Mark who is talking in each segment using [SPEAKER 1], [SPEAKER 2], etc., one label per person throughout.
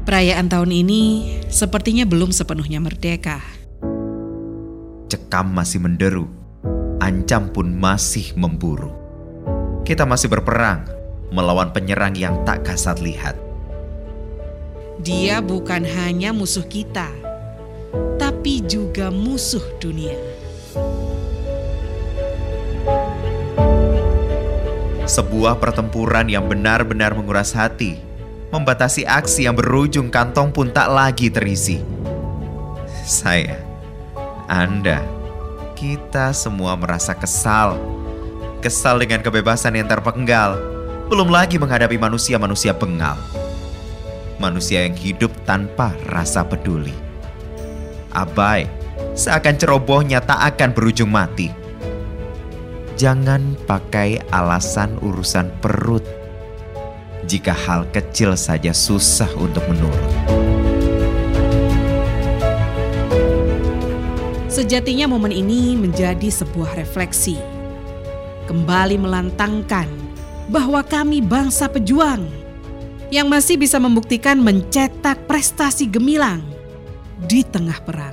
[SPEAKER 1] Perayaan tahun ini sepertinya belum sepenuhnya merdeka.
[SPEAKER 2] Cekam masih menderu, ancam pun masih memburu. Kita masih berperang melawan penyerang yang tak kasat lihat.
[SPEAKER 1] Dia bukan hanya musuh kita, tapi juga musuh dunia.
[SPEAKER 2] Sebuah pertempuran yang benar-benar menguras hati, membatasi aksi yang berujung kantong pun tak lagi terisi. Saya, Anda, kita semua merasa kesal. Kesal dengan kebebasan yang terpenggal, belum lagi menghadapi manusia-manusia bengal. Manusia yang hidup tanpa rasa peduli. Abai, seakan cerobohnya tak akan berujung mati. Jangan pakai alasan urusan perut jika hal kecil saja susah untuk menurut.
[SPEAKER 1] Sejatinya momen ini menjadi sebuah refleksi. Kembali melantangkan bahwa kami bangsa pejuang yang masih bisa membuktikan mencetak prestasi gemilang di tengah perang.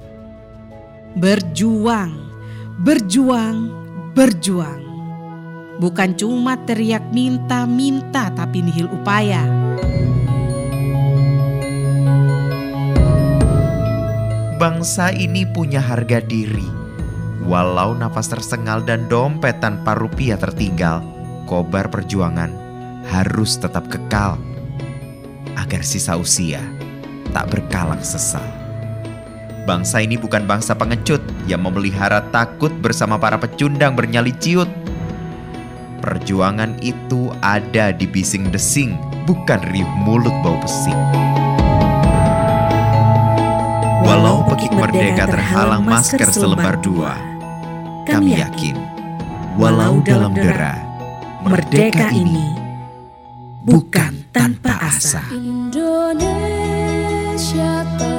[SPEAKER 1] Berjuang, berjuang, berjuang. Bukan cuma teriak minta-minta tapi nihil upaya.
[SPEAKER 2] Bangsa ini punya harga diri. Walau napas tersengal dan dompet tanpa rupiah tertinggal, kobar perjuangan harus tetap kekal agar sisa usia tak berkalang sesal. Bangsa ini bukan bangsa pengecut yang memelihara takut bersama para pecundang bernyali ciut. Perjuangan itu ada di bising desing, bukan riuh mulut bau pesing. Walau pekik merdeka terhalang masker selembar dua, kami yakin, walau dalam dera, merdeka ini bukan tanpa asa.
[SPEAKER 3] Indonesia